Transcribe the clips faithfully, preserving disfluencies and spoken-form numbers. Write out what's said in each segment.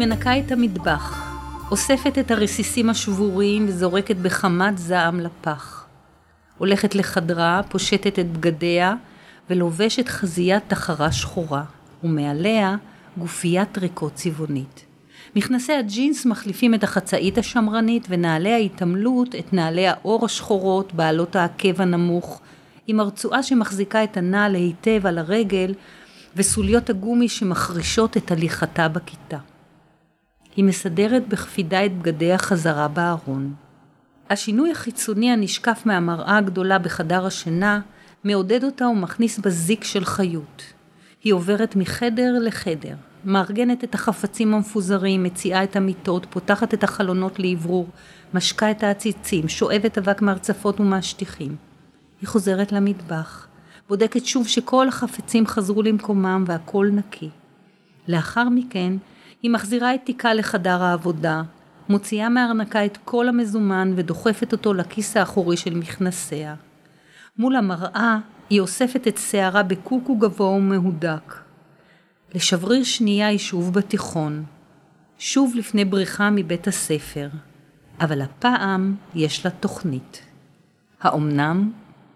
מנקה את המטבח, אוספת את הרסיסים השבורים וזורקת בחמת זעם לפח. הולכת לחדרה, פושטת את בגדיה ולובשת חזיית תחרה שחורה, ומעליה גופיית ריקות צבעונית. מכנסי הג'ינס מחליפים את החצאית השמרנית ונעלי ההתעמלות את נעלי האור השחורות בעלות העקב הנמוך, עם הרצועה שמחזיקה את הנעל היטב על הרגל וסוליות הגומי שמחרישות את הליכתה בכיתה. היא מסדרת בחפידה את בגדיה חזרה בארון. השינוי החיצוני הנשקף מהמראה הגדולה בחדר השינה מעודד אותה ומכניס בזיק של חיות. היא עוברת מחדר לחדר, מארגנת את החפצים המפוזרים, מציעה את המיטות, פותחת את החלונות לעברור, משקה את העציצים, שואבת אבק מהרצפות ומהשטיחים. היא חוזרת למטבח, בודקת שוב שכל החפצים חזרו למקומם והכל נקי. לאחר מכן היא מחזירה את תיקה לחדר העבודה, מוציאה מהארנקה את כל המזומן ודוחפת אותו לכיס האחורי של מכנסיה. מול המראה היא אוספת את שערה בקוקו גבוה ומהודק. לשבריר שנייה היא שוב בתיכון, שוב לפני בריחה מבית הספר, אבל הפעם יש לה תוכנית. האומנם?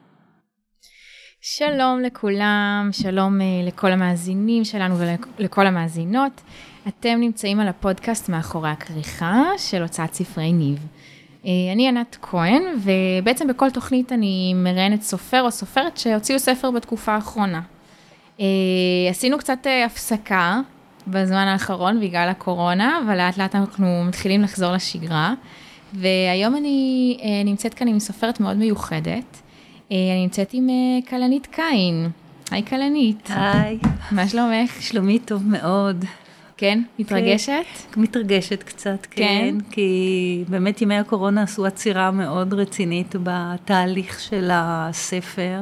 שלום לכולם, שלום לכל המאזינים שלנו ולכל המאזינות. אתם נמצאים על הפודקאסט מאחורי הכריכה של הוצאת ספרי ניב. אני ענת כהן, ובעצם בכל תוכנית אני מראיינת סופר או סופרת שהוציאו ספר בתקופה האחרונה. עשינו קצת הפסקה בזמן האחרון בגלל הקורונה, אבל לאט לאט אנחנו מתחילים לחזור לשגרה. והיום אני נמצאת כאן עם סופרת מאוד מיוחדת. אני נמצאת עם כלנית קין. היי כלנית. היי. מה שלומך? שלומי טוב מאוד. כן? מתרגשת? כן, מתרגשת קצת, כן. כן. כי באמת ימי הקורונה עשו עצירה מאוד רצינית בתהליך של הספר,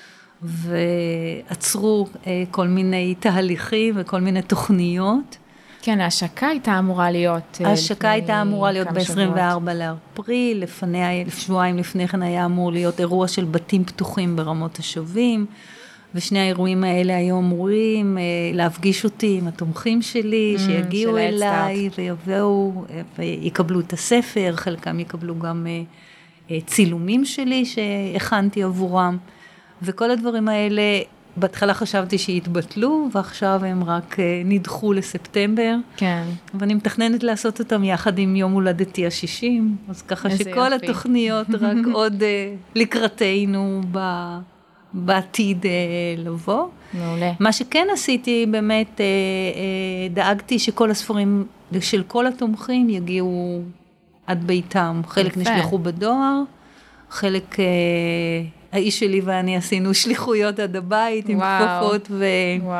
ועצרו כל מיני תהליכים וכל מיני תוכניות. כן, ההשקה הייתה אמורה להיות... ההשקה הייתה אמורה להיות ב-עשרים וארבעה לאפריל, לפניה, שבועיים לפני כן היה אמור להיות אירוע של בתים פתוחים ברמות השבים, ושני האירועים האלה היו אמורים להפגיש אותי עם התומכים שלי, שיגיעו אליי ויבואו ויקבלו את הספר, חלקם יקבלו גם צילומים שלי שהכנתי עבורם, וכל הדברים האלה, בהתחלה חשבתי שהתבטלו, ועכשיו הם רק נדחו לספטמבר. כן. ואני מתכננת לעשות אותם יחד עם יום הולדתי השישים, אז ככה שכל יופי. התוכניות רק עוד לקראתנו ב... בעתיד לבוא. מעולה. מה שכן עשיתי, באמת דאגתי שכל הספרים של כל התומכים יגיעו עד ביתם. חלק נשלחו בדואר, חלק... האיש שלי ואני עשינו שליחויות עד הבית עם כפפות ו...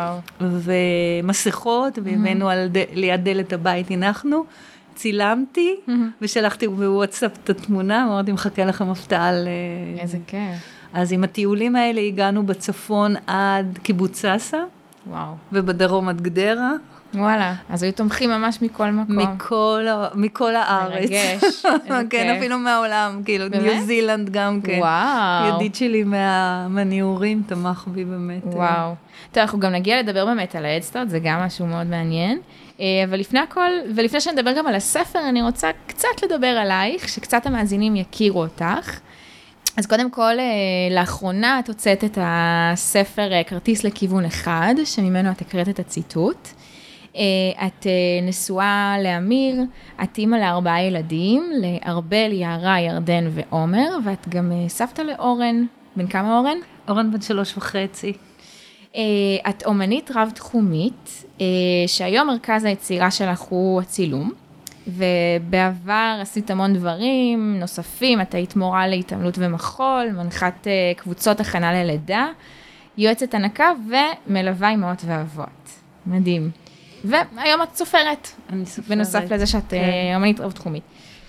ומסכות, והבאנו על ד... ליד דלת הבית, הנחנו, צילמתי, ושלחתי בוואטסאפ את התמונה, אמרתי, מחכה לכם הפתעה על... איזה כיף. אז עם הטיולים האלה הגענו בצפון עד קיבוץ סאסא, וואו. ובדרום עד גדרה. וואלה, אז היו תומכים ממש מכל מקום. מכל, מכל הארץ. מרגש, איזה כיף. כן, אפילו מהעולם, כאילו, ניו זילנד גם כן. וואו. ידיד שלי מה, מהניעורים תמך בי באמת. וואו. טוב, אנחנו גם נגיע לדבר באמת על ההדסטארט, זה גם משהו מאוד מעניין. אבל לפני הכל, ולפני שנדבר גם על הספר, אני רוצה קצת לדבר עלייך, שקצת המאזינים יכירו אותך. אז קודם כל, לאחרונה את הוצאת את הספר כרטיס לכיוון אחד, שממנו את הקראת את הציטוט. את נשואה לאמיר, את אימא לארבעה ילדים, לארבל, יערה, ירדן ועומר, ואת גם סבתא לאורן. בן כמה אורן? אורן בן שלוש וחצי. את אומנית רב-תחומית, שהיום מרכז היצירה שלך הוא הצילום, ובעבר עשית המון דברים נוספים, את היית מורה להתעמלות ומחול, מנחת קבוצות הכנה ללידה, יועצת הנקה ומלווה אמהות ואבות. מדהים. והיום את סופרת. אני סופרת. בנוסף לזה שאת כן. אומנית רב-תחומית.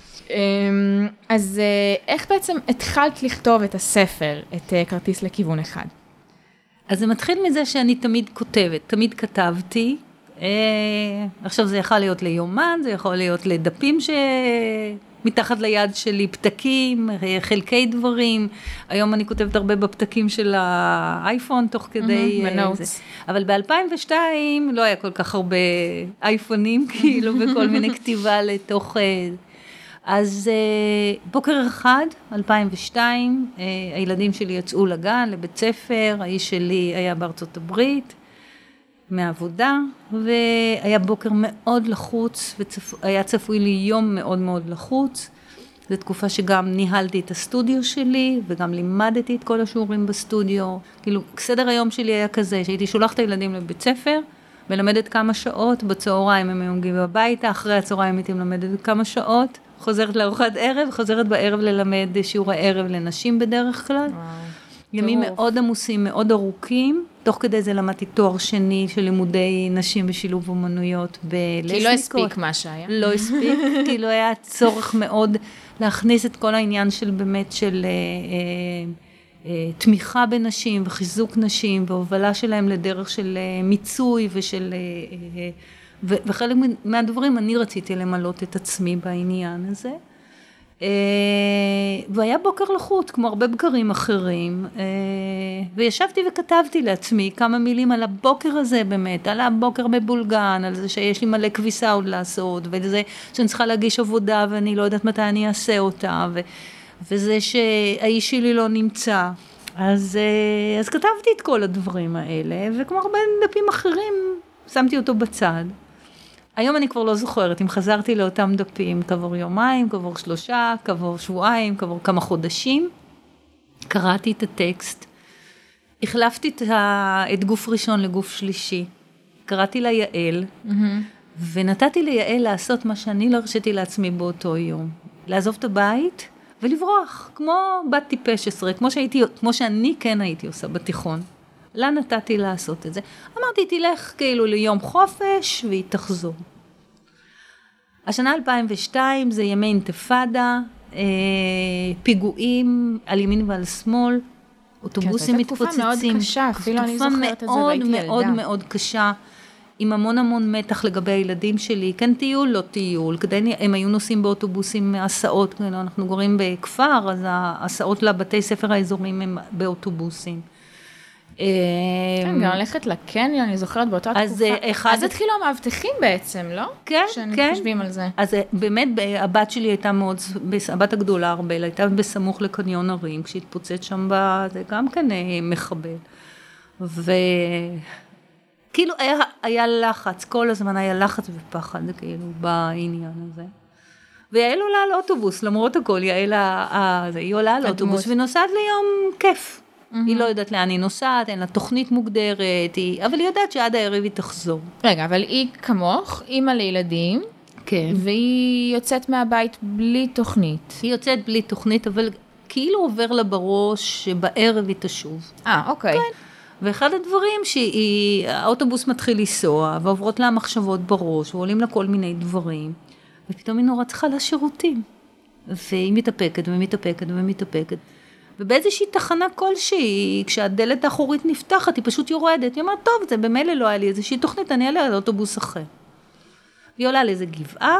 אז איך בעצם התחלת לכתוב את הספר, את כרטיס לכיוון אחד? אז זה מתחיל מזה שאני תמיד כותבת, תמיד כתבתי, עכשיו זה יכול להיות ליומן, זה יכול להיות לדפים מתחת ליד שלי פתקים, חלקי דברים. היום אני כותבת הרבה בפתקים של האייפון, תוך כדי... בנוטס. אבל ב-אלפיים ושתיים לא היה כל כך הרבה אייפונים, כאילו, וכל מיני כתיבה לתוך... אז בוקר אחד, אלפיים ושתיים, הילדים שלי יצאו לגן, לבית ספר, האיש שלי היה בארצות הברית, מעבודה, והיה בוקר מאוד לחוץ, והיה צפוי לי יום מאוד מאוד לחוץ. זו תקופה שגם ניהלתי את הסטודיו שלי, וגם לימדתי את כל השיעורים בסטודיו. כאילו, סדר היום שלי היה כזה, שהייתי שולחת הילדים לבית ספר, מלמדת כמה שעות, בצהריים הם היו מגיעים הביתה, אחרי הצהריים הייתי מלמדת כמה שעות, חוזרת לארוחת ערב, חוזרת בערב ללמד שיעורי ערב לנשים בדרך כלל. וואו. ימים מאוד עמוסים, מאוד ארוכים, תוך כדי זה למדתי תואר שני של לימודי נשים בשילוב אומנויות בלסניקות. כי לא הספיק מה שהיה. לא הספיק, כי לא היה צורך מאוד להכניס את כל העניין של באמת של אה, אה, אה, תמיכה בנשים וחיזוק נשים והובלה שלהם לדרך של אה, מיצוי ושל... אה, אה, ו- וחלק מהדברים אני רציתי למלות את עצמי בעניין הזה. והיה בוקר לחוץ, כמו הרבה בקרים אחרים, וישבתי וכתבתי לעצמי כמה מילים על הבוקר הזה באמת, על הבוקר בבולגן, על זה שיש לי מלא כביסה עוד לעשות, וזה שאני צריכה להגיש עבודה ואני לא יודעת מתי אני אעשה אותה, ו- וזה שהאיש שלי לא נמצא. אז, אז כתבתי את כל הדברים האלה, וכמו הרבה דפים אחרים, שמתי אותו בצד. היום אני כבר לא זוכרת, אם חזרתי לאותם דפים, כעבור יומיים, כעבור שלושה, כעבור שבועיים, כעבור כמה חודשים, קראתי את הטקסט, החלפתי את, ה... את גוף ראשון לגוף שלישי, קראתי לה יעל, mm-hmm. ונתתי ליעל לעשות מה שאני לא הרשיתי לעצמי באותו יום, לעזוב את הבית ולברוח, כמו בת טיפש עשרה, כמו, שהייתי, כמו שאני כן הייתי עושה בתיכון. לה נתתי לעשות את זה. אמרתי, תלך כאילו ליום חופש, והיא תחזור. השנה אלפיים ושתיים זה ימי אינתיפאדה, אה, פיגועים על ימין ועל שמאל, אוטובוסים מתפוצצים. תקופה מאוד קשה, אפילו אני זוכרת את זה, והייתי ילדה. מאוד מאוד מאוד קשה, עם המון המון מתח לגבי הילדים שלי, כן טיול, לא טיול, כדי, הם היו נוסעים באוטובוסים, הסעות, אנחנו גורים בכפר, אז ההסעות לבתי ספר האזוריים הם באוטובוסים. כן, גם הלכת לקניון, אני זוכרת באותה תקופה. אז התחילו המאבטחים בעצם, לא? כן, כן. חושבים על זה. אז באמת, הבת שלי הייתה מאוד, הבת הגדולה הרבה, הייתה בסמוך לקניון הרים, כשהתפוצץ שם בה, זה גם כן מחבל. וכאילו היה לחץ, כל הזמן היה לחץ ופחד, כאילו, בעניין הזה. ויעל עולה על אוטובוס, למרות הכל, יעל, היא עולה על אוטובוס, ונוסעת ליום כיף. היא לא יודעת לאן היא נוסעת, אין לה תוכנית מוגדרת, אבל היא יודעת שעד הערב היא תחזור. רגע, אבל היא כמוך, אימא לילדים, כן. והיא יוצאת מהבית בלי תוכנית. היא יוצאת בלי תוכנית, אבל כאילו עובר לה בראש שבערב היא תשוב. אה, אוקיי. כן. ואחד הדברים שהאוטובוס מתחיל לנסוע, ועוברות לה מחשבות בראש, ועולים לה כל מיני דברים, ופתאום היא נורא צריכה לשירותים. והיא מתאפקת ומתאפקת ומתאפקת. ובאיזושהי תחנה כלשהי, כשהדלת האחורית נפתחת, היא פשוט יורדת. היא אומרת, טוב, זה במילא לא היה לי איזושהי תוכנית, אני אעלה על אוטובוס אחר. והיא עולה לאיזו גבעה,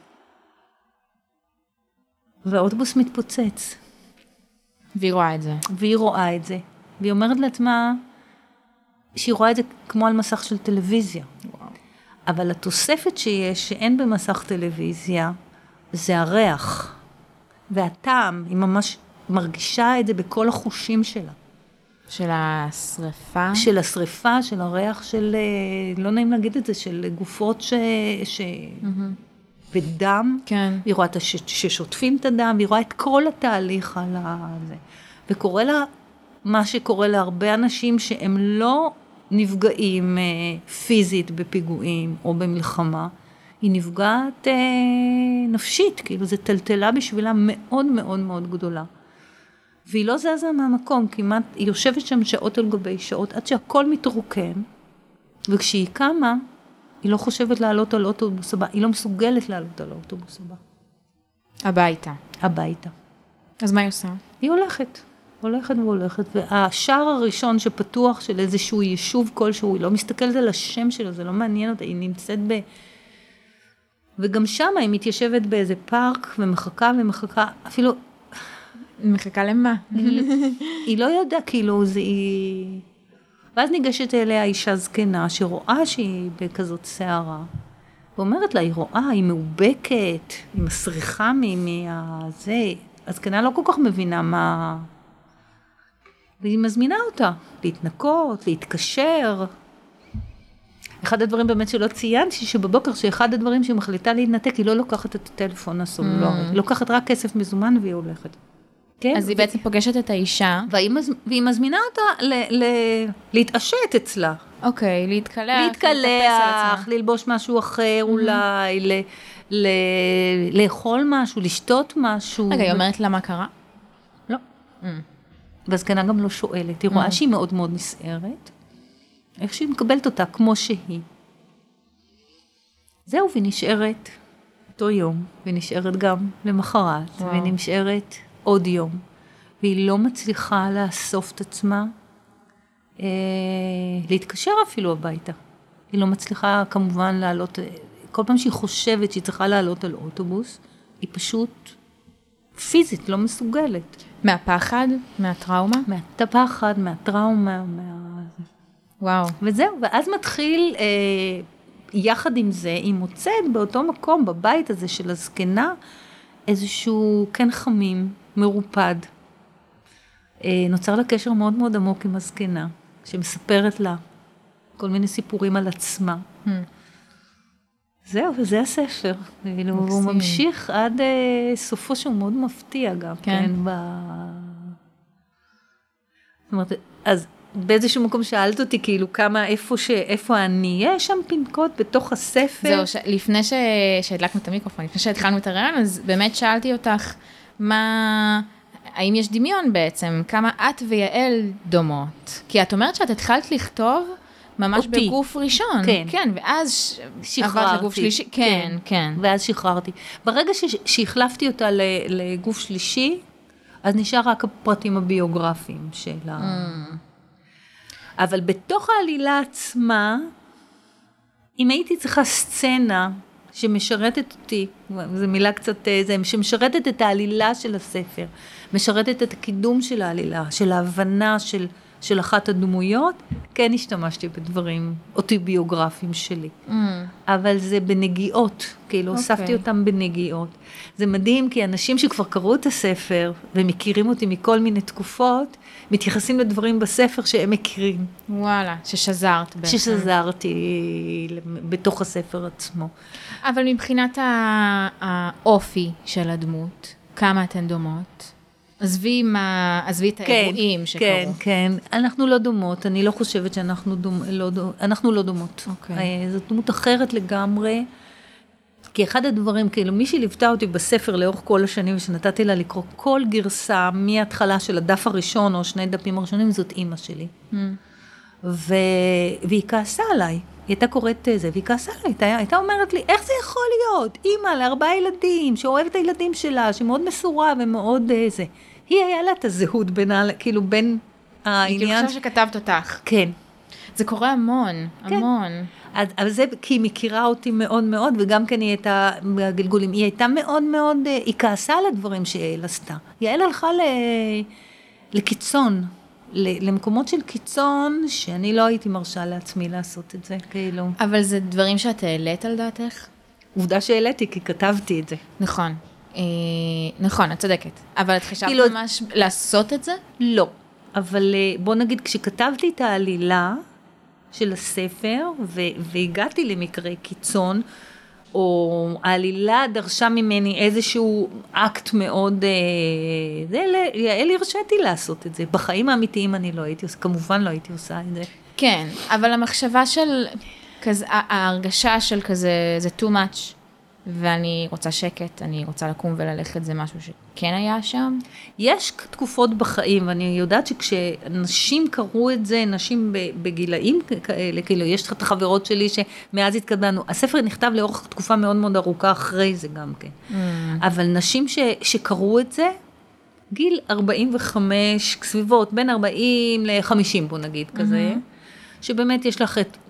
והאוטובוס מתפוצץ. והיא רואה את זה. והיא רואה את זה. והיא אומרת לעצמה, שהיא רואה את זה כמו על מסך של טלוויזיה. וואו. אבל התוספת שיש, שאין במסך טלוויזיה, זה הריח. והטעם, היא ממש... מרגישה את זה בכל החושים שלה. של השריפה? של השריפה, של הריח של, לא נעים להגיד את זה, של גופות ש... ש... Mm-hmm. ודם. כן. היא רואה ש... ששוטפים את הדם, והיא רואה את כל התהליך על זה. וקורא לה מה שקורה להרבה אנשים שהם לא נפגעים פיזית בפיגועים או במלחמה, היא נפגעת אה, נפשית, כאילו זו טלטלה בשבילה מאוד מאוד מאוד גדולה. והיא לא זזה מהמקום, כמעט, היא יושבת שם שעות על גבי שעות, עד שהכל מתרוקן, וכשהיא קמה, היא לא חושבת לעלות על אוטובוס הבא, היא לא מסוגלת לעלות על האוטובוס הבא. הביתה. הביתה. אז מה היא עושה? היא הולכת, הולכת והולכת, והשער הראשון שפתוח של איזשהו יישוב כלשהו, היא לא מסתכלת על השם שלו, זה לא מעניין אותה, היא נמצאת ב... וגם שם היא מתיישבת באיזה פארק, ומחכה ומחכה, אפילו... מחכה למה? היא לא יודעת, כאילו, זה היא... ואז ניגשת אליה אישה זקנה, שרואה שהיא בכזאת שערה, ואומרת לה, היא רואה, היא מאובקת, היא מסריחה מהזה, הזקנה לא כל כך מבינה מה... והיא מזמינה אותה, להתנקות, להתקשר. אחד הדברים באמת שלא ציינתי, שבבוקר שאחד הדברים שהיא מחליטה להתנתק, היא לא לוקחת את הטלפון הסלולרי, היא לוקחת רק כסף מזומן והיא הולכת. כן? אז היא בעצם פוגשת את האישה. והיא, מז... והיא מזמינה אותה ל... ל... להתעשת אצלה. אוקיי, להתקלח. להתקלח, ללבוש משהו אחר אולי, ל... ל... לאכול משהו, לשתות משהו. רגע, היא אומרת לה מה קרה? לא. והזקנה גם לא שואלת, היא רואה שהיא מאוד מאוד נסערת, איך שהיא מקבלת אותה כמו שהיא. זהו, והיא נשארת אותו יום, והיא נשארת גם למחרת, והיא נשארת עוד יום, והיא לא מצליחה לאסוף את עצמה, אה, להתקשר אפילו הביתה. היא לא מצליחה כמובן לעלות, כל פעם שהיא חושבת שהיא צריכה לעלות על אוטובוס, היא פשוט פיזית לא מסוגלת. מהפחד? מהטראומה? מהפחד, מהטראומה, מה... וואו. וזהו, ואז מתחיל, אה, יחד עם זה, היא מוצאת באותו מקום, בבית הזה של הזקנה, איזשהו כן חמים, מרופד. אה, נוצר לה קשר מאוד מאוד עמוק עם הזקנה, שמספרת לה כל מיני סיפורים על עצמה. Hmm. זהו, וזה הספר. הוא ממשיך עד אה, סופו שהוא מאוד מפתיע גם. כן. כן ב... זאת אומרת, אז באיזשהו מקום שאלת אותי, כאילו, כמה, איפה, ש... איפה אני, יש שם פנקות בתוך הספר. זהו, ש... לפני ש... שהדלקנו את המיקרופון, לפני שהתחלנו את הרעיון, אז באמת שאלתי אותך, מה... האם יש דמיון בעצם? כמה את ויעל דומות? כי את אומרת שאת התחלת לכתוב ממש אותי. בגוף ראשון. כן. כן, ואז שחררתי. עברת לגוף שלישי. כן, כן. כן. ואז שחררתי. ברגע ש... שהחלפתי אותה לגוף שלישי, אז נשאר רק הפרטים הביוגרפיים של ה... Mm. אבל בתוך העלילה עצמה, אם הייתי צריכה סצנה שמשרתת אותי, זו מילה קצת, זה, שמשרתת את העלילה של הספר, משרתת את הקידום של העלילה, של ההבנה של, של אחת הדמויות, כן השתמשתי בדברים אוטוביוגרפיים שלי. Mm. אבל זה בנגיעות, כאילו okay. הוספתי אותם בנגיעות. זה מדהים, כי אנשים שכבר קראו את הספר, ומכירים אותי מכל מיני תקופות, מתייחסים לדברים בספר שהם מכירים. וואלה, ששזרת בעצם. ששזרתי בתוך הספר עצמו. אבל מבחינת האופי של הדמות, כמה אתן דומות? עזבי מה, עזבי את האירועים שקרו. כן, כן. אנחנו לא דומות, אני לא חושבת שאנחנו דומ, לא, אנחנו לא דומות. אוקיי. זו דמות אחרת לגמרי. כי אחד הדברים, כאילו, מי שליוותה אותי בספר לאורך כל השנים, ושנתתי לה לקרוא כל גרסה, מההתחלה של הדף הראשון, או שני דפים הראשונים, זאת אימא שלי. Mm. ו... והיא כעסה עליי. היא הייתה קוראת זה, והיא כעסה עליי. הייתה, הייתה אומרת לי, איך זה יכול להיות? אימא לארבעה ילדים, שאוהבת את הילדים שלה, שמאוד מסורה ומאוד זה. היא היה לה את הזהות בין, כאילו, בין העניין... היא כאילו שכתבת אותך. כן. זה קורה המון, כן. המון. אבל זה כי היא מכירה אותי מאוד מאוד, וגם כן היא הייתה, בגלגולים, היא הייתה מאוד מאוד, היא כעסה על הדברים שיעל עשתה. יעל הלכה ל, לקיצון, למקומות של קיצון, שאני לא הייתי מרשה לעצמי לעשות את זה, כאילו. אבל זה דברים שאת העלית על דעתך? עובדה שהעליתי, כי כתבתי את זה. נכון, אה, נכון, את צודקת. אבל את חשבת כאילו, ממש לעשות את זה? לא, אבל בוא נגיד, כשכתבתי את העלילה, של הספר, ו- והגעתי למקרה קיצון, או העלילה דרשה ממני איזשהו אקט מאוד, זה, יעל הרשיתי לעשות את זה. בחיים האמיתיים אני לא הייתי עושה, כמובן לא הייתי עושה את זה. כן, אבל המחשבה של, כזה, ההרגשה של כזה, זה too much, ואני רוצה שקט, אני רוצה לקום וללכת, זה משהו שכן היה שם? יש תקופות בחיים, ואני יודעת שכשנשים קראו את זה, נשים בגילאים כאלה, כאילו יש את החברות שלי שמאז התקדמנו, הספר נכתב לאורך תקופה מאוד מאוד ארוכה אחרי זה גם כן. Mm. אבל נשים ש, שקראו את זה, גיל ארבעים וחמש, סביבות, בין ארבעים לחמישים בוא נגיד כזה, mm-hmm. שבאמת יש לך את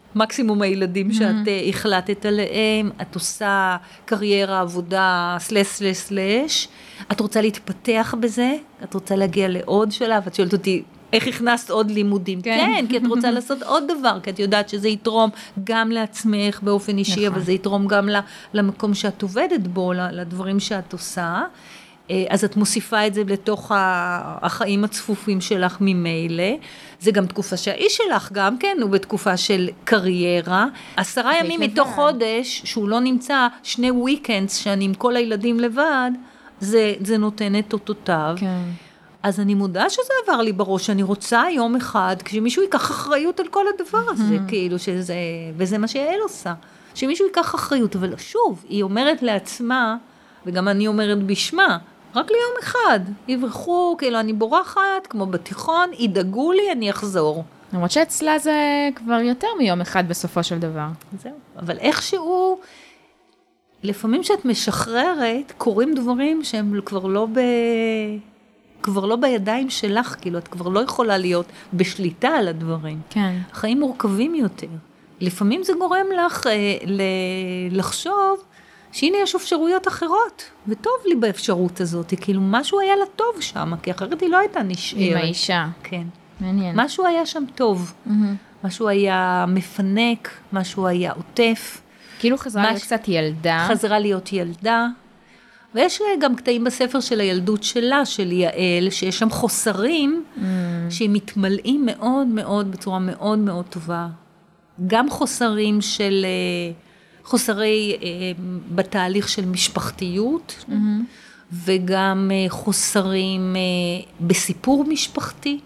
מקסימום הילדים שאת החלטת עליהם, את עושה קריירה, עבודה, סלש, סלש, סלש, את רוצה להתפתח בזה, את רוצה להגיע לעוד שלב, את שואלת אותי, איך הכנסת עוד לימודים? כן, כן, כי את רוצה לעשות עוד דבר, כי את יודעת שזה יתרום גם לעצמך באופן אישי, נכון. אבל זה יתרום גם למקום שאת עובדת בו, לדברים שאת עושה. אז את מוסיפה את זה לתוך החיים הצפופים שלך ממילא. זה גם תקופה שהאיש שלך גם כן, הוא בתקופה של קריירה. עשרה ימים מתוך חודש, שהוא לא נמצא, שני וויקנדס שאני עם כל הילדים לבד, זה, זה נותן את אותותיו. כן. אז אני מודה שזה עבר לי בראש, אני רוצה יום אחד, כשמישהו ייקח אחריות על כל הדבר הזה, כאילו שזה, וזה מה שיעל עושה. שמישהו ייקח אחריות, אבל שוב, היא אומרת לעצמה, וגם אני אומרת בשמה, רק ליום אחד, יברחו, כאילו אני בורחת, כמו בתיכון, ידאגו לי, אני אחזור. למרות שאצלה זה כבר יותר מיום אחד בסופו של דבר. זהו, אבל איכשהו, לפעמים שאת משחררת, קורים דברים שהם כבר לא ב... כבר לא בידיים שלך, כאילו את כבר לא יכולה להיות בשליטה על הדברים. כן. החיים מורכבים יותר. לפעמים זה גורם לך אה, ל- לחשוב, שהנה יש אפשרויות אחרות, וטוב לי באפשרות הזאת, כאילו משהו היה לה טוב שם, כי אחרת היא לא הייתה נשארת. עם האישה. כן. מעניין. משהו היה שם טוב, mm-hmm. משהו היה מפנק, משהו היה עוטף. כאילו חזרה מש... להיות קצת ילדה. חזרה להיות ילדה, ויש גם קטעים בספר של הילדות שלה, של יעל, שיש שם חוסרים, mm. שהם מתמלאים מאוד מאוד, בצורה מאוד מאוד טובה. גם חוסרים של... חוסרי אה, בתהליך של משפחתיות, mm-hmm. וגם אה, חוסרים אה, בסיפור משפחתי.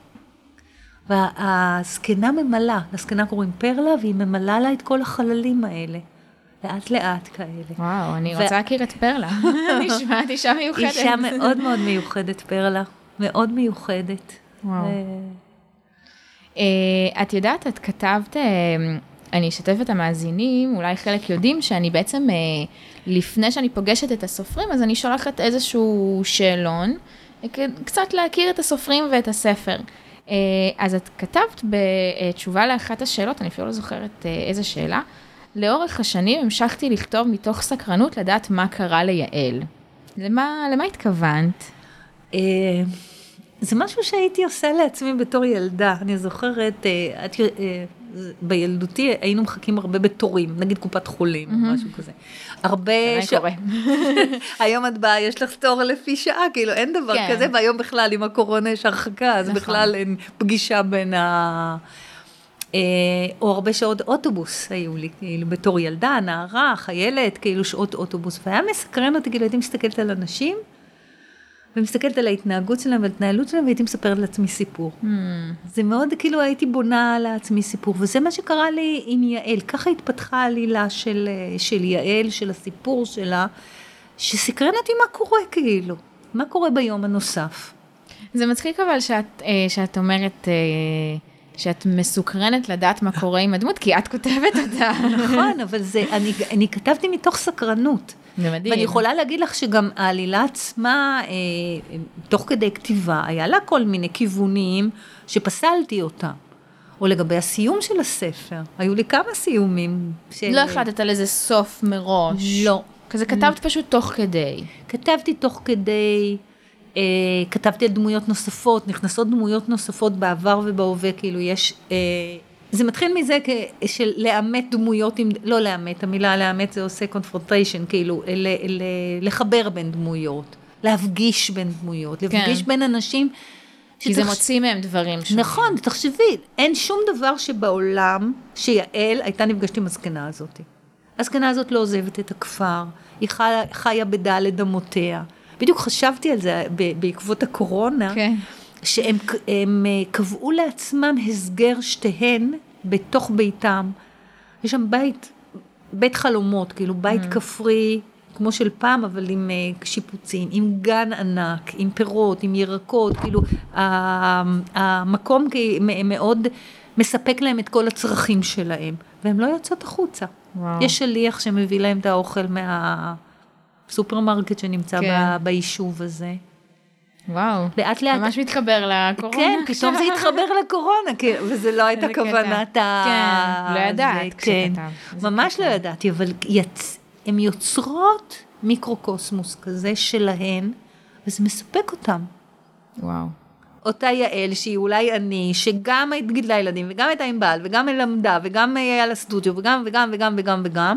והזקנה ממלאה, לזקנה קוראים פרלה, והיא ממלאה לה את כל החללים האלה. לאט לאט כאלה. וואו, אני ו... רוצה להכיר את פרלה. נשמעת אישה מיוחדת. אישה מאוד מאוד מיוחדת, פרלה. מאוד מיוחדת. וואו. ו... Uh, את יודעת, את כתבת... Uh, אני אשתף את המאזינים, אולי חלק יודעים שאני בעצם, לפני שאני פוגשת את הסופרים, אז אני שולחת איזשהו שאלון, קצת להכיר את הסופרים ואת הספר. אז את כתבת בתשובה לאחת השאלות, אני אפילו לא זוכרת איזה שאלה, לאורך השנים המשכתי לכתוב מתוך סקרנות לדעת מה קרה ליעל. למה, למה התכוונת? זה משהו שהייתי עושה לעצמי בתור ילדה. אני זוכרת, את... בילדותי היינו מחכים הרבה בתורים, נגיד קופת חולים, או משהו כזה. הרבה... זה קורה. היום את באה, יש לך תור לפי שעה, כאילו אין דבר כזה, והיום בכלל עם הקורונה יש הרחקה, אז בכלל אין פגישה בין ה... או הרבה שעות אוטובוס היו לי, כאילו בתור ילדה, נערה, חיילת, כאילו שעות אוטובוס, והיה מסקרן אותי, כאילו הייתי מסתכלת על אנשים, ומסתכלת על ההתנהגות שלהם וההתנהלות שלהם, והייתי מספרת לעצמי סיפור. Mm. זה מאוד, כאילו הייתי בונה לעצמי סיפור, וזה מה שקרה לי עם יעל. ככה התפתחה העלילה של, של יעל, של הסיפור שלה, שסקרן אותי מה קורה כאילו, מה קורה ביום הנוסף. זה מצחיק אבל שאת, שאת אומרת, שאת מסוקרנת לדעת מה קורה עם הדמות, כי את כותבת אותה. נכון, אבל זה, אני, אני כתבתי מתוך סקרנות. מדהים. ואני יכולה להגיד לך שגם העלילה עצמה, אה, תוך כדי כתיבה, היה לה כל מיני כיוונים שפסלתי אותה. או לגבי הסיום של הספר. היו לי כמה סיומים. של... לא החלטת על איזה סוף מראש. לא. כזה כתבת פשוט תוך כדי. כתבתי תוך כדי, אה, כתבתי על דמויות נוספות, נכנסות דמויות נוספות בעבר ובהווה, כאילו יש... אה, זה מתחיל מזה של לאמת דמויות, עם, לא לאמת, המילה לאמת זה עושה confrontation, כאילו, ל, ל, לחבר בין דמויות, להפגיש בין דמויות, כן. להפגיש בין אנשים. כי שתחש... זה מוציא מהם דברים שונים. נכון, תחשבי, אין שום דבר שבעולם שיעל הייתה נפגשת עם הזקנה הזאת. הזקנה הזאת לא עוזבת את הכפר, היא חיה, חיה בדלת אמותיה. בדיוק חשבתי על זה בעקבות הקורונה, כן. שהם הם קבעו לעצמם הסגר שתיהן בתוך ביתם. יש שם בית, בית חלומות, כאילו בית mm. כפרי, כמו של פעם, אבל עם שיפוצים, עם גן ענק, עם פירות, עם ירקות, כאילו המקום מאוד מספק להם את כל הצרכים שלהם, והם לא יוצאות החוצה. וואו. יש שליח שמביא להם את האוכל מהסופרמרקט שנמצא כן. ביישוב הזה. וואו, לאט לאט. ממש מתחבר לקורונה. כן, פתאום זה התחבר לקורונה, וזה לא הייתה כוונת ה... כן, לא ידעת כשכתב. ממש לא ידעתי, אבל הן יוצרות מיקרוקוסמוס כזה שלהן, וזה מספק אותם. וואו. אותה יעל, שהיא אולי אני, שגם היית גידלה ילדים, וגם הייתה עם בעל, וגם למדה, וגם היה לה סטודיו, וגם, וגם, וגם, וגם, וגם,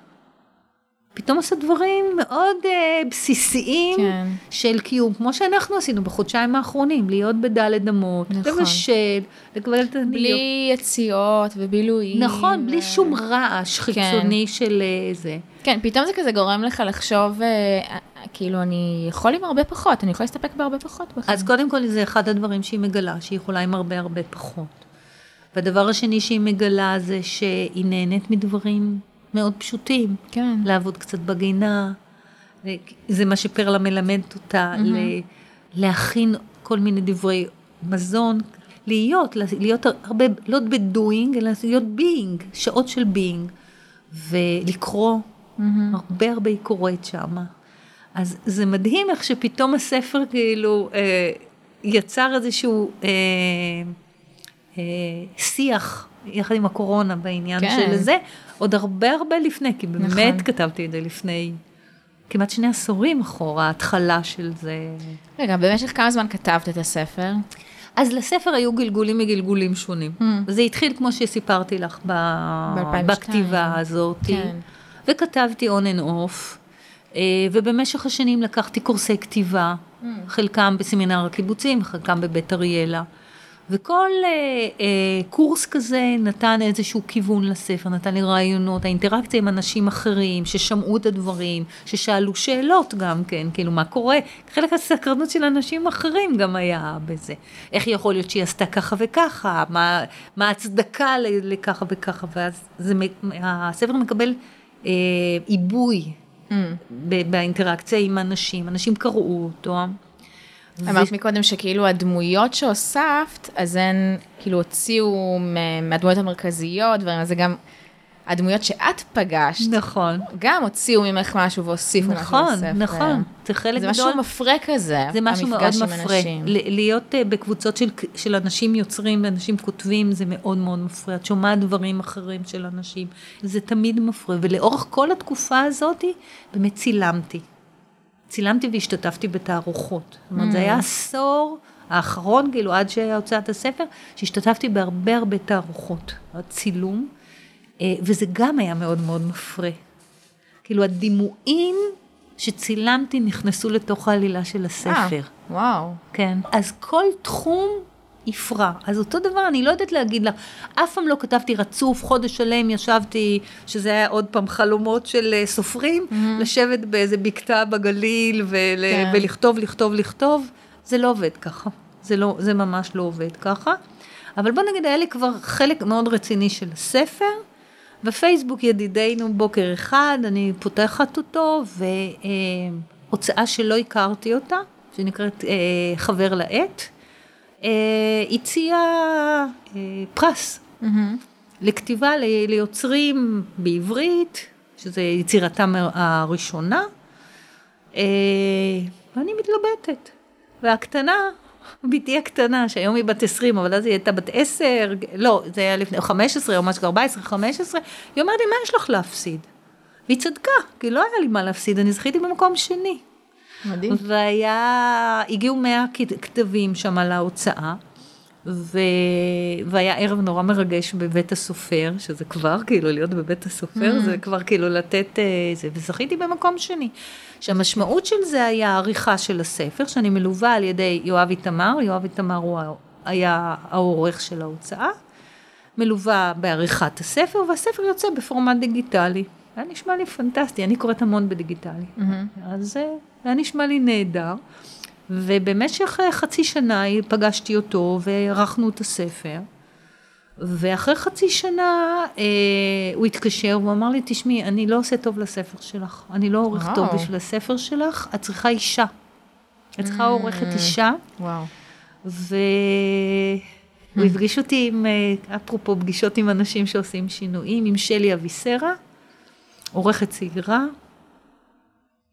פתאום עושה דברים מאוד uh, בסיסיים כן. של קיום, כמו שאנחנו עשינו בחודשיים האחרונים, להיות בדלת אמות, נכון. לבשל, לקבל את הניות. בלי יציאות ובילויים. נכון, ו... בלי שום רעש חיצוני כן. של uh, זה. כן, פתאום זה כזה גורם לך לחשוב, uh, כאילו אני יכול עם הרבה פחות, אני יכולה להסתפק בהרבה פחות. בחיים. אז קודם כל זה אחד הדברים שהיא מגלה, שהיא יכולה עם הרבה הרבה פחות. והדבר השני שהיא מגלה זה שהיא נהנית מדברים מאוד פשוטים, כן. לעבוד קצת בגינה, זה מה שפרלה מלמדת אותה, mm-hmm. להכין כל מיני דברי מזון, להיות, להיות הרבה, לא בדוינג, אלא להיות ביינג, שעות של ביינג, ולקרוא, mm-hmm. הרבה הרבה היא קוראת שמה. אז זה מדהים איך שפתאום הספר כאילו אה, יצר איזשהו אה, אה, שיח, יחד עם הקורונה בעניין כן. של זה, עוד הרבה הרבה לפני, כי באמת נכון. כתבתי את זה לפני כמעט שני עשורים אחורה, ההתחלה של זה. רגע, במשך כמה זמן כתבת את הספר? אז לספר היו גלגולים מגלגולים שונים. Mm. זה התחיל כמו שסיפרתי לך ב... בכתיבה הזאת. כן. וכתבתי on and off, ובמשך השנים לקחתי קורסי כתיבה, mm. חלקם בסמינר הקיבוצים, חלקם בבית אריאלה. וכל אה, אה, קורס כזה נתן איזשהו כיוון לספר, נתן לי רעיונות, האינטראקציה עם אנשים אחרים, ששמעו את הדברים, ששאלו שאלות גם כן, כאילו מה קורה, חלק הסקרנות של אנשים אחרים גם היה בזה. איך יכול להיות שהיא עשתה ככה וככה, מה, מה הצדקה לככה וככה, ואז זה, הספר מקבל אה, עיבוי mm. באינטראקציה עם אנשים, אנשים קראו אותו, אמרת מקודם שכאילו הדמויות שהוספת, אז הן כאילו הוציאו מהדמויות המרכזיות, וזה גם הדמויות שאת פגשת. נכון. גם הוציאו ממך משהו והוסיפו משהו לספר. נכון, נכון. זה חלק גדול. זה משהו מפרה כזה, זה משהו מאוד מפרה. להיות בקבוצות של אנשים יוצרים, אנשים כותבים, זה מאוד מאוד מפרה. את שומעת דברים אחרים של אנשים. זה תמיד מפרה. ולאורך כל התקופה הזאת, באמת צילמתי. צילמתי והשתתפתי בתערוכות. זאת אומרת, זה היה עשור האחרון, כאילו, עד שהוצאת הספר, שהשתתפתי בהרבה הרבה תערוכות, צילום, וזה גם היה מאוד מאוד מפרה. כאילו, הדימויים שצילמתי נכנסו לתוך העלילה של הספר. וואו. כן. אז כל תחום יפרע. אז אותו דבר, אני לא יודעת להגיד לך, אף פעם לא כתבתי רצוף, חודש שלם ישבתי, שזה היה עוד פעם חלומות של סופרים, mm-hmm. לשבת באיזה בקתה בגליל, ול, כן. ולכתוב, לכתוב, לכתוב, זה לא עובד ככה. זה, לא, זה ממש לא עובד ככה. אבל בוא נגיד, היה לי כבר חלק מאוד רציני של הספר, בפייסבוק ידידינו בוקר אחד, אני פותחת אותו, והוצאה שלא הכרתי אותה, שנקראת חבר לעת, הציע פרס לכתיבה ליוצרים בעברית, שזה יצירתם הראשונה, ואני מתלבטת. והקטנה, ביתי הקטנה, שהיום היא בת עשרים, אבל אז היא הייתה בת עשר, לא, זה היה לפני חמש עשרה, או משהו ארבע עשרה, חמש עשרה, היא אומרת לי, מה יש לך להפסיד? והיא צדקה, כי לא היה לי מה להפסיד, אני זכיתי במקום שני. מדהים. והיה, הגיעו מאה כתבים שם על ההוצאה, ו... והיה ערב נורא מרגש בבית הסופר, שזה כבר כאילו להיות בבית הסופר, mm-hmm. זה כבר כאילו לתת זה, וזכיתי במקום שני. שהמשמעות של זה היה העריכה של הספר, שאני מלווה על ידי יואב איתמר, יואב איתמר הוא היה העורך של ההוצאה, מלווה בעריכת הספר, והספר יוצא בפורמט דיגיטלי. היה נשמע לי פנטסטי, אני קוראת המון בדיגיטלי. Mm-hmm. אז זה היה נשמע לי נהדר, ובמשך חצי שנה פגשתי אותו וערכנו את הספר, ואחרי חצי שנה אה, הוא התקשר, והוא אמר לי, תשמעי, אני לא עושה טוב לספר שלך, אני לא עורך טוב בשביל הספר שלך, את צריכה אישה. את צריכה עורכת אישה. וואו. והוא הפגיש אותי עם, אפרופו פגישות עם אנשים שעושים שינויים, עם שלי אביסרה, עורכת צעירה,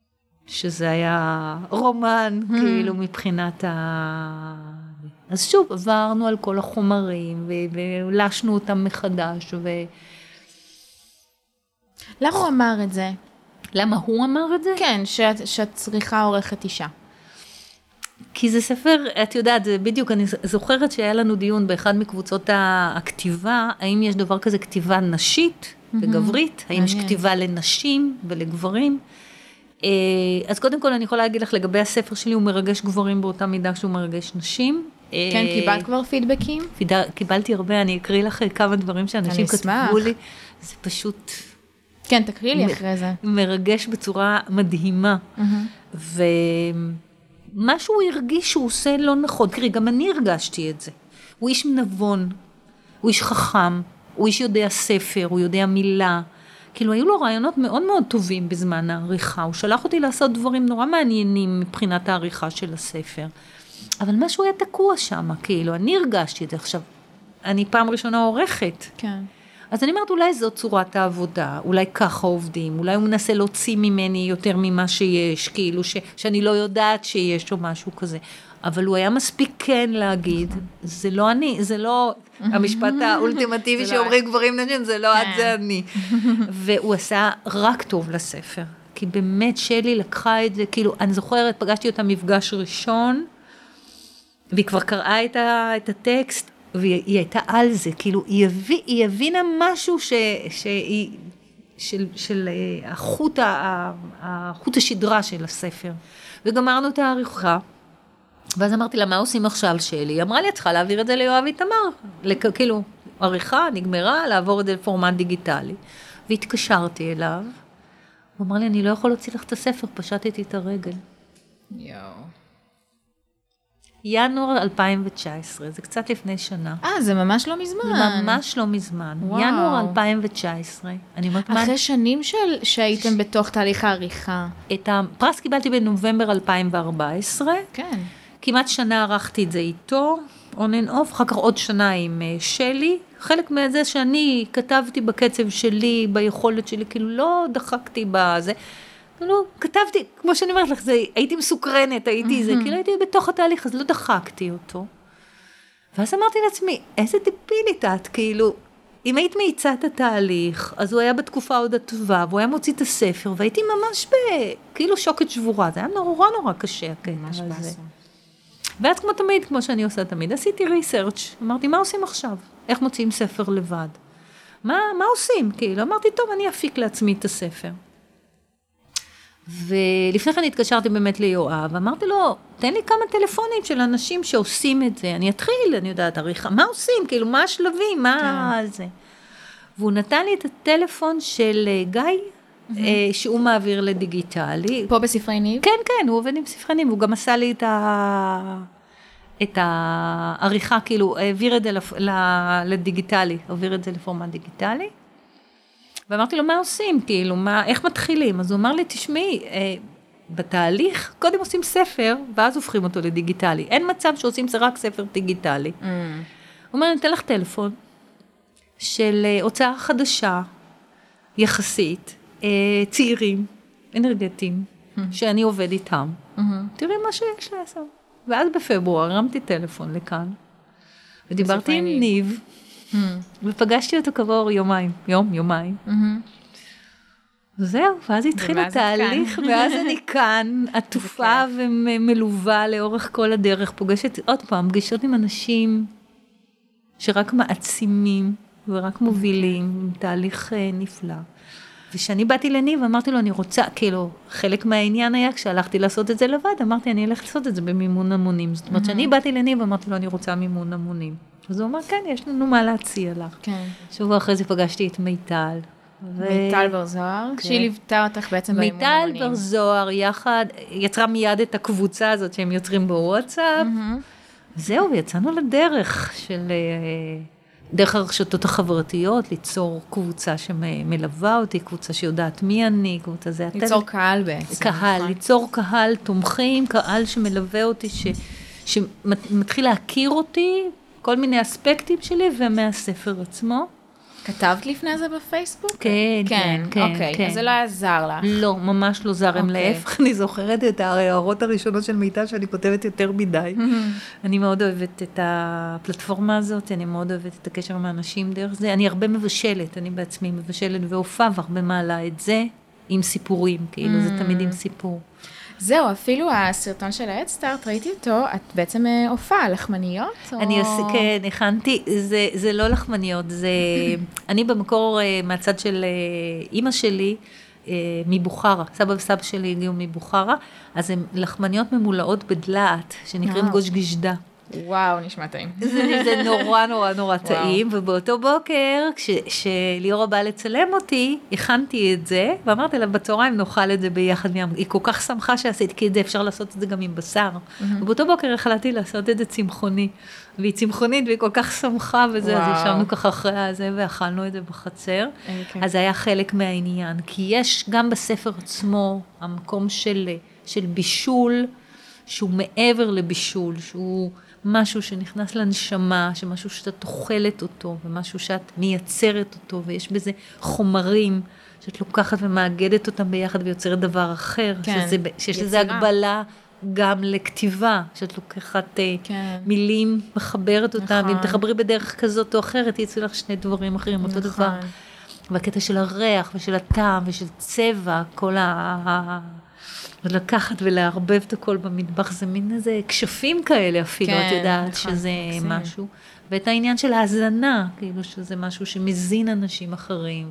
שזה היה רומן, mm. כאילו, מבחינת ה... אז שוב, עברנו על כל החומרים, והולשנו אותם מחדש, ו... למה הוא אמר את זה? למה הוא אמר את זה? כן, שאת, שאת צריכה עורכת אישה. כי זה ספר, את יודעת, זה בדיוק, אני זוכרת שהיה לנו דיון באחד מקבוצות הכתיבה, האם יש דבר כזה כתיבה נשית וגברית, האם יש כתיבה לנשים ולגברים. אז קודם כל אני יכולה להגיד לך, לגבי הספר שלי, הוא מרגש גברים באותה מידה שהוא מרגש נשים. כן, קיבלת כבר פידבקים? קיבלתי הרבה, אני אקריא לך כמה דברים שאנשים כתבו לי. זה פשוט... כן, תקריא לי אחרי זה. מרגש בצורה מדהימה. ו... מה שהוא הרגיש שהוא עושה לא נכון, תראי, גם אני הרגשתי את זה. הוא איש נבון, הוא איש חכם, הוא איש יודע ספר, הוא יודע מילה. כאילו, היו לו רעיונות מאוד מאוד טובים בזמן העריכה. הוא שלח אותי לעשות דברים נורא מעניינים מבחינת העריכה של הספר. אבל משהו היה תקוע שם, כאילו, אני הרגשתי את זה. עכשיו, אני פעם ראשונה עורכת. כן. אז אני אומרת, אולי זאת צורת העבודה, אולי ככה עובדים, אולי הוא מנסה להוציא ממני יותר ממה שיש, כאילו ש, שאני לא יודעת שיש או משהו כזה. אבל הוא היה מספיק כן להגיד, זה לא אני, זה לא המשפט האולטימטיבי שאומרים גברים נשים, זה לא את, זה אני. והוא עשה רק טוב לספר, כי באמת שלי לקחה את זה, כאילו, אני זוכרת, פגשתי אותה מפגש ראשון, והיא כבר קראה את, ה, את הטקסט, והיא הייתה על זה, כאילו, היא, הביא, היא הבינה משהו ש, שהיא, של, של החוט, החוט השדרה של הספר. וגמרנו את העריכה, ואז אמרתי לה, מה עושים עכשיו שלי? היא אמרה לי, את צריכה להעביר את זה ליואב איתמר. לכ, כאילו, עריכה נגמרה, לעבור את זה לפורמט דיגיטלי. והתקשרתי אליו, הוא אמר לי, אני לא יכול להוציא לך את הספר, פשטתי את הרגל. יואו. ינואר אלפיים תשע עשרה, זה קצת לפני שנה. אה, זה ממש לא מזמן. זה ממש לא מזמן. וואו. ינואר אלפיים תשע עשרה. אני אומרת, אחרי מה... שנים של... שהייתם ש... בתוך תהליך העריכה. את הפרס קיבלתי בנובמבר אלפיים וארבע עשרה. כן. כמעט שנה ערכתי את זה איתו, on and off, אחר כך עוד שנה עם שלי. חלק מזה שאני כתבתי בקצב שלי, ביכולת שלי, כאילו לא דחקתי בזה. לא, כתבתי, כמו שאני אומרת לך, זה, הייתי מסוקרנת, הייתי זה, כאילו הייתי בתוך התהליך, אז לא דחקתי אותו. ואז אמרתי לעצמי, איזה דיפילית את, כאילו, אם היית מאיצה את התהליך, אז הוא היה בתקופה עוד הטובה, והוא היה מוציא את הספר, והייתי ממש ב... כאילו שוקת שבורה, זה היה נורא נורא קשה, ממש בסו. ואז כמו תמיד, כמו שאני עושה תמיד, עשיתי ריסרצ', אמרתי, מה עושים עכשיו? איך מוציאים ספר לבד? מה, מה עושים? כאילו, אמרתי, טוב, אני אפיק לעצמי את הספר. ולפני כן התקשרתי באמת ליואב, אמרתי לו, תן לי כמה טלפונים של אנשים שעושים את זה, אני אתחיל, אני יודעת, עריכה, מה עושים? כאילו, מה השלבים? מה זה? והוא נתן לי את הטלפון של גיא, שהוא מעביר לדיגיטלי. פה בספרי ניב? כן, כן, הוא עובד עם ספרי ניב, הוא גם עשה לי את ה... את העריכה, כאילו, העביר את זה לדיגיטלי, העביר את זה לפורמט דיגיטלי. ואמרתי לו, מה עושים? כאילו, מה, איך מתחילים? אז הוא אמר לי, תשמעי, אה, בתהליך, קודם עושים ספר, ואז הופכים אותו לדיגיטלי. אין מצב שעושים זה רק ספר דיגיטלי. Mm. הוא אומר, אני אתן לך טלפון של אה, הוצאה חדשה, יחסית, אה, צעירים, אנרגטיים, mm. שאני עובד איתם. Mm-hmm. תראי מה שיש לעשות. ואז בפברואר הרמתי טלפון לכאן, ודיברתי עם ניב, Mm. ופגשתי אותו כעבור יומיים, יום, יומיים. Mm-hmm. זהו, ואז התחיל התהליך, ואז אני כאן, עטופה ומלווה לאורך כל הדרך, פוגשת עוד פעם, פגישות עם אנשים שרק מעצימים ורק מובילים, עם תהליך נפלא. ושאני באתי לניב, אמרתי לו, אני רוצה, כאילו, חלק מהעניין היה, כשהלכתי לעשות את זה לבד, אמרתי, אני אלך לעשות את זה במימון המונים. זאת אומרת, שאני באתי לניב, אמרתי לו, אני רוצה מימון המונים. אז הוא אמר, כן, יש לנו מה להציע לך. כן. שבוע אחרי זה פגשתי את מיטל. מיטל בר זוהר, כשהיא ליוותה אותך בעצם באימון המונים. מיטל בר זוהר, יחד, יצרה מיד את הקבוצה הזאת שהם יוצרים בוואטסאפ. זהו, ויצאנו לדרך של, דרך הרשתות החברתיות, ליצור קבוצה שמלווה אותי, קבוצה שיודעת מי אני, קבוצה זה... ליצור קהל בעצם. קהל, ליצור קהל תומכים, קהל שמלווה אותי, שמתחיל להכיר אותי, כל מיני אספקטים שלי ומהספר עצמו. כתבת לפני זה בפייסבוק? כן, כן, כן. אוקיי, כן. אז זה לא יעזר לך. לא, ממש לא זר, הם אוקיי. להפך, אני זוכרת את ההערות הראשונות של מיטל, שאני כותבת יותר מדי. אני מאוד אוהבת את הפלטפורמה הזאת, אני מאוד אוהבת את הקשר עם האנשים דרך זה, אני הרבה מבשלת, אני בעצמי מבשלת והופעה, והרבה מעלה את זה עם סיפורים, כאילו זה תמיד עם סיפור. זהו, אפילו הסרטון של ההדסטארט, ראיתי אותו, את בעצם הופעה, לחמניות? אני עושה, כן, הכנתי, זה, זה לא לחמניות, זה, אני במקור מהצד של אימא שלי, מבוחרה, סבא וסבא שלי הגיעו מבוחרה, אז הן לחמניות ממולאות בדלעת, שנקראים גוש גשדה. וואו, נשמע טעים. זה, זה נורא נורא נורא טעים, ובאותו בוקר, כשליאורה באה לצלם אותי, הכנתי את זה, ואמרתי לה, בצהריים נאכל את זה ביחד, היא כל כך שמחה שעשית, כי אפשר לעשות את זה גם עם בשר, ובאותו בוקר החלטתי לעשות את זה צמחוני, והיא צמחונית, והיא כל כך שמחה וזה, אז ישבנו ככה אחרי הזה, ואכלנו את זה בחצר, אז זה היה חלק מהעניין, כי יש גם בספר עצמו, המקום של, של בישול, שהוא מעבר לבישול, שהוא משהו שנכנס לנשמה, שמשהו שאתה תאכלת אותו, ומשהו שאת מייצרת אותו, ויש בזה חומרים, שאת לוקחת ומאגדת אותם ביחד, ויוצרת דבר אחר, כן, שזה, שיש לזה הגבלה גם לכתיבה, שאת לוקחת כן. מילים, מחברת אותם, נכון. ואם תחברי בדרך כזאת או אחרת, יצאו לך שני דברים אחרים, נכון. אותו דבר. והקטע של הריח, ושל הטעם, ושל צבע, כל ה... ולקחת ולהרבב את הכל במטבח, זה מין איזה קשפים כאלה אפילו, כן, את יודעת נכון, שזה מקסים. משהו. ואת העניין של ההזנה, כאילו שזה משהו שמזין אנשים אחרים,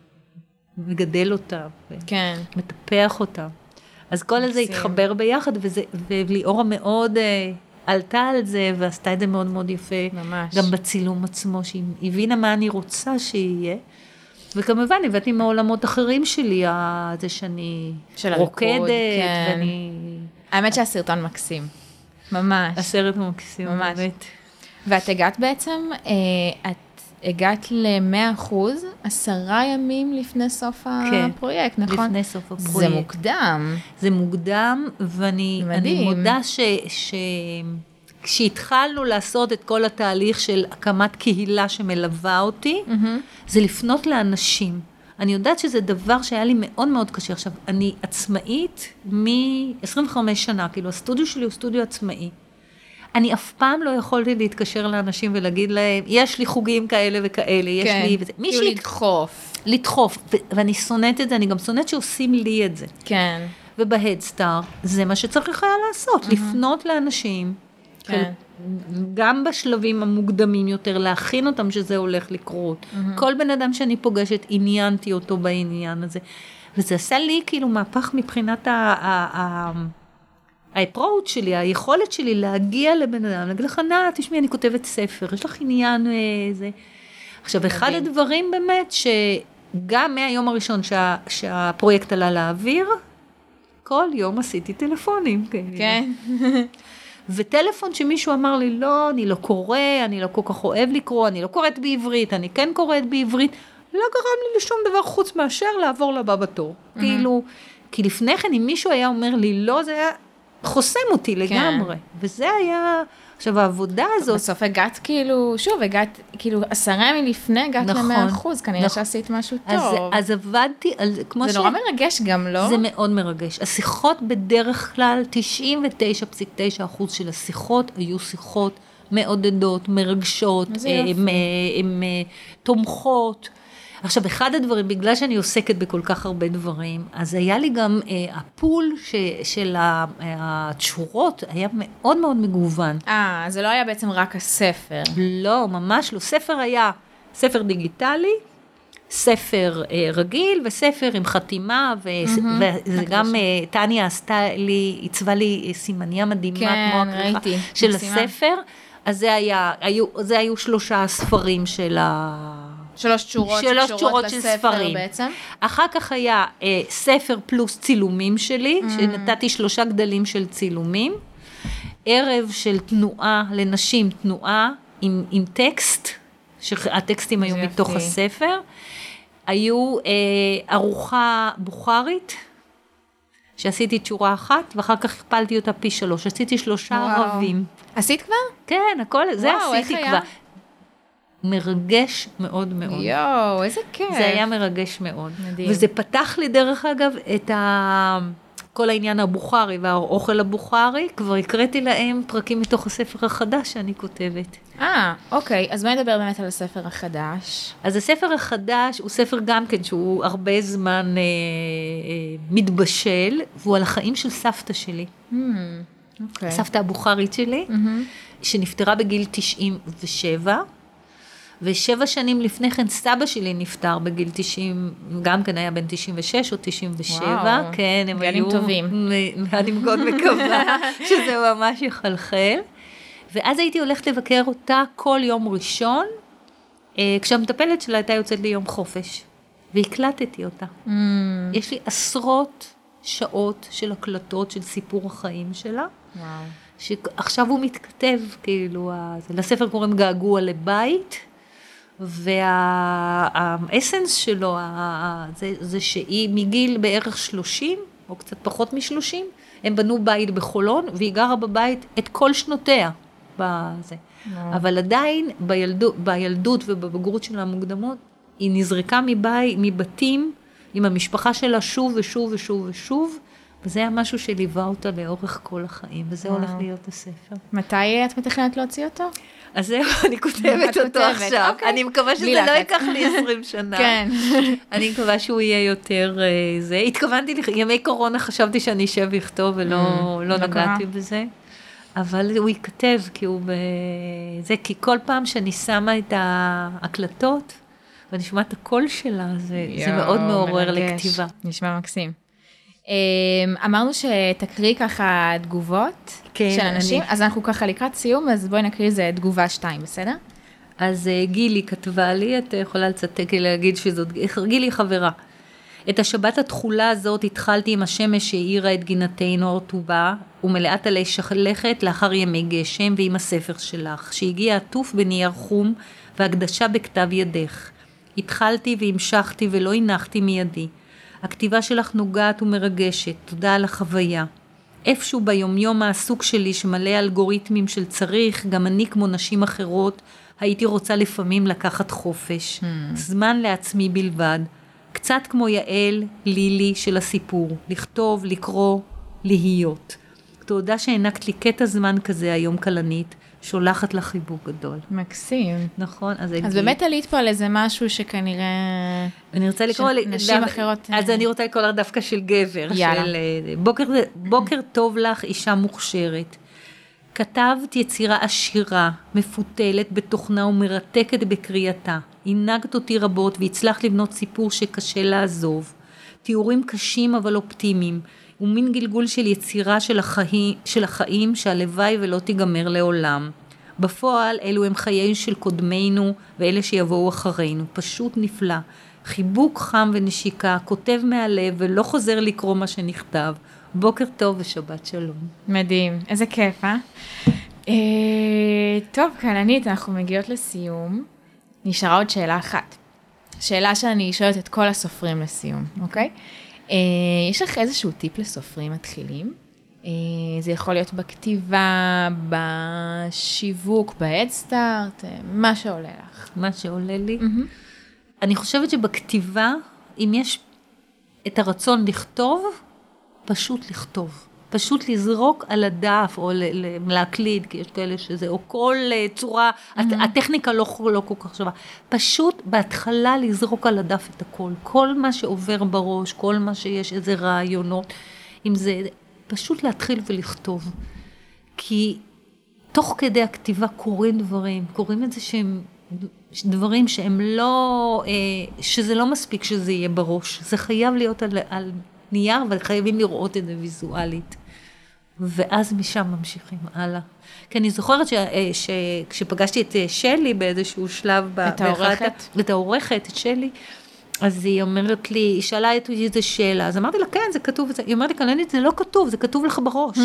ומגדל אותם, כן. ומטפח אותם. אז כל מקסים. הזה התחבר ביחד, וזה, וליאורה מאוד אה, עלתה על זה, ועשתה את זה מאוד מאוד יפה. ממש. גם בצילום עצמו, שהיא הבינה מה אני רוצה שיהיה. וכמובן, הבאתי מעולמות אחרים שלי, זה שאני רוקדת, כן. ואני... האמת שהסרטון מקסים, ממש. הסרט מקסים, ממש. באמת. ואת הגעת בעצם, את הגעת ל-מאה אחוז, עשרה ימים לפני סוף כן. הפרויקט, נכון? לפני סוף הפרויקט. זה מוקדם. זה מוקדם, ואני אני מודה ש... ש... כשהתחלנו לעשות את כל התהליך של הקמת קהילה שמלווה אותי, mm-hmm. זה לפנות לאנשים. אני יודעת שזה דבר שהיה לי מאוד מאוד קשה. עכשיו, אני עצמאית מ-עשרים וחמש שנה, כאילו הסטודיו שלי הוא סטודיו עצמאי. אני אף פעם לא יכולתי להתקשר לאנשים ולהגיד להם, יש לי חוגים כאלה וכאלה, יש כן. לי... וזה. כאילו לדחוף. לדחוף, ו- ואני שונאת את זה, אני גם שונאת שעושים לי את זה. כן. ובהדסטארט, זה מה שצריך היה לעשות, mm-hmm. לפנות לאנשים, כן. גם בשלבים המוקדמים יותר, להכין אותם שזה הולך לקרות. Mm-hmm. כל בן אדם שאני פוגשת, עניינתי אותו בעניין הזה. וזה עשה לי כאילו מהפך מבחינת האפרוץ' שלי, היכולת שלי להגיע לבן אדם, להגיד לך, נא, תשמעי, אני כותבת ספר, יש לך עניין איזה... עכשיו, אחד הדברים באמת, שגם מהיום הראשון שה, שהפרויקט עלה לאוויר, כל יום עשיתי טלפונים. כן. וטלפון שמישהו אמר לי, לא, אני לא קורא, אני לא כל כך אוהב לקרוא, אני לא קוראת בעברית, אני כן קוראת בעברית, לא גרם לי לשום דבר חוץ מאשר לעבור לבא בתור. Mm-hmm. כאילו, כי לפני כן, אם מישהו היה אומר לי, לא, זה היה חוסם אותי לגמרי. כן. וזה היה, עכשיו, העבודה הזאת... בסוף הגעת כאילו, שוב, הגעת, כאילו, עשרה ימים לפני, הגעת נכון, למאה אחוז, כנראה נכון. שעשית משהו אז, טוב. אז עבדתי, על, כמו זה ש... נורא מרגש גם, לא? זה מאוד מרגש. השיחות בדרך כלל, תשעים ותשע נקודה תשע אחוז של השיחות, היו שיחות מעודדות, מרגשות, הן תומכות. עכשיו, אחד הדברים, בגלל שאני עוסקת בכל כך הרבה דברים, אז היה לי גם, אה, הפול ש, של התשורות היה מאוד מאוד מגוון. אה, זה לא היה בעצם רק הספר. לא, ממש לא. ספר היה ספר דיגיטלי, ספר אה, רגיל, וספר עם חתימה, ו- mm-hmm. וזה גם, אה, טניה עשתה לי, עיצבה לי סימניה מדהימה, כן, כמו הכריכה של משימה. הספר, אז זה היה, היו, זה היו שלושה ספרים של ה... שלוש שורות, שלוש שורות של ספרים. בעצם. אחר כך היה אה, ספר פלוס צילומים שלי, mm. שנתתי שלושה גדלים של צילומים, ערב של תנועה לנשים, תנועה עם, עם טקסט, שהטקסטים היו יפי. מתוך הספר, היו אה, ארוחה בוכרית, שעשיתי תשורה אחת, ואחר כך הכפלתי אותה פי שלוש, עשיתי שלושה וואו. ערבים. עשית כבר? כן, הכל, זה וואו, עשיתי כבר. מרגש מאוד מאוד. יואו, איזה כיף. זה היה מרגש מאוד. מדהים. וזה פתח לי דרך אגב את ה... כל העניין הבוכרי והאוכל הבוכרי, כבר הקראתי להם פרקים מתוך הספר החדש שאני כותבת. אה, אוקיי, אז בואי נדבר באמת על הספר החדש. אז הספר החדש הוא ספר גם כן שהוא הרבה זמן אה, אה, מתבשל, והוא על החיים של סבתא שלי. Hmm, אוקיי. סבתא הבוכרית שלי, Mm-hmm. שנפטרה בגיל תשעים ושבע, ושבע שנים לפני כן סבא שלי נפטר בגיל תשעים, גם כן היה בן תשעים ושש או תשעים ושבע, וואו, כן, הם גלים היו... טובים. אני מאוד מקווה שזה ממש יחלחל. ואז הייתי הולכת לבקר אותה כל יום ראשון, כשהמטפלת שלה הייתה יוצאת לי יום חופש, והקלטתי אותה. Mm. יש לי עשרות שעות של הקלטות של סיפור החיים שלה, וואו. שעכשיו הוא מתכתב, כאילו, לספר קוראים געגוע לבית, והאסנס שלו זה, זה שהיא מגיל בערך שלושים, או קצת פחות משלושים, הם בנו בית בחולון, והיא גרה בבית את כל שנותיה. בזה. אבל עדיין בילדות, בילדות ובבגרות שלה המוקדמות, היא נזרקה מבית, מבתים עם המשפחה שלה שוב ושוב ושוב ושוב, וזה היה משהו שליווה אותה לאורך כל החיים, וזה הולך להיות הספר. מתי את מתכננת להוציא אותו? אז זהו, אני כותבת אותו עכשיו. אני מקווה שזה לא ייקח לי עשרים שנה. כן. אני מקווה שהוא יהיה יותר זה. התכוונתי, ימי קורונה חשבתי שאני אשב ויכתוב, ולא נגעתי בזה. אבל הוא ייכתב, כי הוא בזה, כי כל פעם שאני שמה את ההקלטות, ואני שומעת את הקול שלה, זה מאוד מעורר לכתיבה. נשמע מקסים. אמרנו שתקריא ככה תגובות של אנשים, אז אנחנו ככה לקראת סיום, אז בואי נקריא איזה תגובה שתיים, בסדר? אז גילי כתבה לי, את יכולה לצטט להגיד שזאת, גילי חברה. את השבת התחולה הזאת התחלתי עם השמש שהאירה את גינתנו הרטובה, ומלאת עלי שלכת לאחר ימי גשם, ועם הספר שלך, שהגיע עטוף בנייר חום, והקדשה בכתב ידך. התחלתי והמשכתי ולא הנחתי מידי. הכתיבה שלך נוגעת ומרגשת, תודה על החוויה. איפשהו ביומיום העסוק שלי שמלא אלגוריתמים של צריך, גם אני כמו נשים אחרות, הייתי רוצה לפעמים לקחת חופש. Hmm. זמן לעצמי בלבד. קצת כמו יעל, לילי של הסיפור. לכתוב, לקרוא, להיות. תודה שהענקת לי קטע זמן כזה היום כלנית, שולחת לך חיבוק גדול. מקסים. נכון, אז אז באמת עלית פה על איזה משהו שכנראה... אני רוצה לקרוא... נשים אחרות... אז אני רוצה לקרוא לך דווקא של גבר. יאללה. בוקר טוב לך, אישה מוכשרת. כתבת יצירה עשירה, מפותלת בתוכנה ומרתקת בקריאתה. הנהגת אותי רבות והצלחת לבנות סיפור שקשה לעזוב. תיאורים קשים אבל אופטימיים. ומין גלגול של יצירה של החיים, של החיים שהלוואי ולא תיגמר לעולם. בפועל אלו הם חיים של קודמינו ואלה שיבואו אחרינו. פשוט נפלא. חיבוק חם ונשיקה, כותב מהלב ולא חוזר לקרוא מה שנכתב. בוקר טוב ושבת שלום. מדהים, איזה כיף, אה? אה טוב, כלנית, אנחנו מגיעות לסיום. נשארה עוד שאלה אחת. שאלה שאני שואלת את כל הסופרים לסיום, אוקיי? אה, יש לך איזשהו טיפ לסופרים מתחילים? אה, זה יכול להיות בכתיבה, בשיווק, בהדסטארט, מה שעולה לך. מה שעולה לי? Mm-hmm. אני חושבת שבכתיבה, אם יש את הרצון לכתוב, פשוט לכתוב. פשוט לזרוק על הדף, או להקליד, כי יש כאלה שזה, או כל צורה, mm-hmm. הטכניקה לא, לא כל כך שווה. פשוט בהתחלה לזרוק על הדף את הכל. כל מה שעובר בראש, כל מה שיש איזה רעיונות, אם זה, פשוט להתחיל ולכתוב. כי תוך כדי הכתיבה קורים דברים, קורים את זה שהם, דברים שהם לא, שזה לא מספיק שזה יהיה בראש. זה חייב להיות על, על נייר, אבל חייבים לראות את זה ויזואלית. ואז משם ממשיכים הלאה. כי אני זוכרת שכשפגשתי את שלי באיזשהו שלב, את העורכת? את העורכת, את שלי, אז היא אומרת לי, היא שאלה את איזה שאלה, אז אמרתי לה, כן, זה כתוב, היא אומרת לי, כלנית, זה לא כתוב, זה כתוב לך בראש.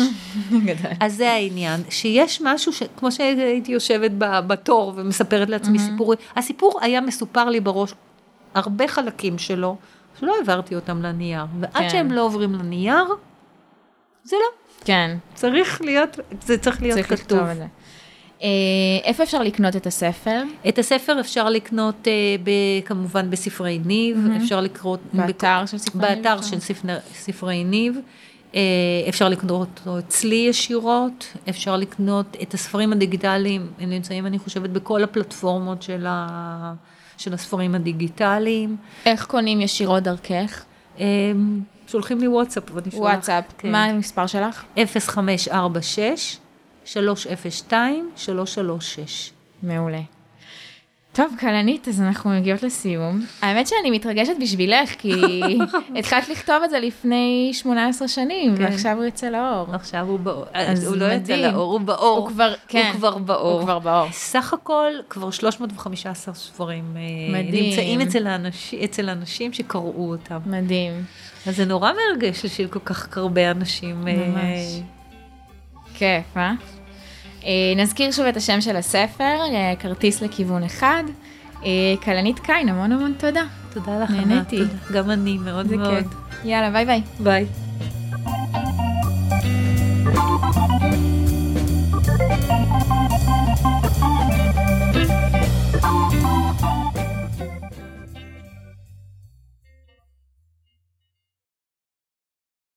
אז זה העניין, שיש משהו, כמו שהייתי יושבת בתור ומספרת לעצמי סיפורי, הסיפור היה מסופר לי בראש, הרבה חלקים שלו, שלא העברתי אותם לנייר, ועד שהם לא עוברים לנייר, זה לא. כן. צריך להיות, זה צריך להיות כתוב. איפה אפשר לקנות את הספר? את הספר אפשר לקנות כמובן בספרי ניב, אפשר לקרוא... באתר של ספרי ניב? באתר של ספרי ניב. אפשר לקנות אותו אצלי ישירות, אפשר לקנות את הספרים הדיגיטליים, הם נמצאים, אני חושבת, בכל הפלטפורמות של, ה... של הספרים הדיגיטליים. איך קונים ישירות דרכך? שולחים לי וואטסאפ, ואני שולח. וואטסאפ, כן. מה המספר שלך? אפס חמש ארבע שש שלוש אפס שתיים שלוש שלוש שש. מעולה. טוב, קלנית, אז אנחנו מגיעות לסיום. האמת שאני מתרגשת בשבילך, כי התחלת לכתוב את זה לפני שמונה עשרה שנים, כן. ועכשיו הוא יצא לאור. עכשיו הוא באור. הוא לא יצא לאור, הוא באור. הוא כבר, כן. הוא כבר באור. הוא כבר באור. סך הכל, כבר שלוש מאות וחמישה עשר ספרים מדהים. נמצאים אצל האנשים, אצל האנשים שקראו אותם. מדהים. אז זה נורא מרגש לשאול כל כך הרבה אנשים. ממש. כיף, אה? נזכיר שוב את השם של הספר, כרטיס לכיוון אחד. קלנית קיין, המון המון תודה. תודה לך, נהניתי. גם אני, מאוד מאוד. יאללה, ביי ביי. ביי.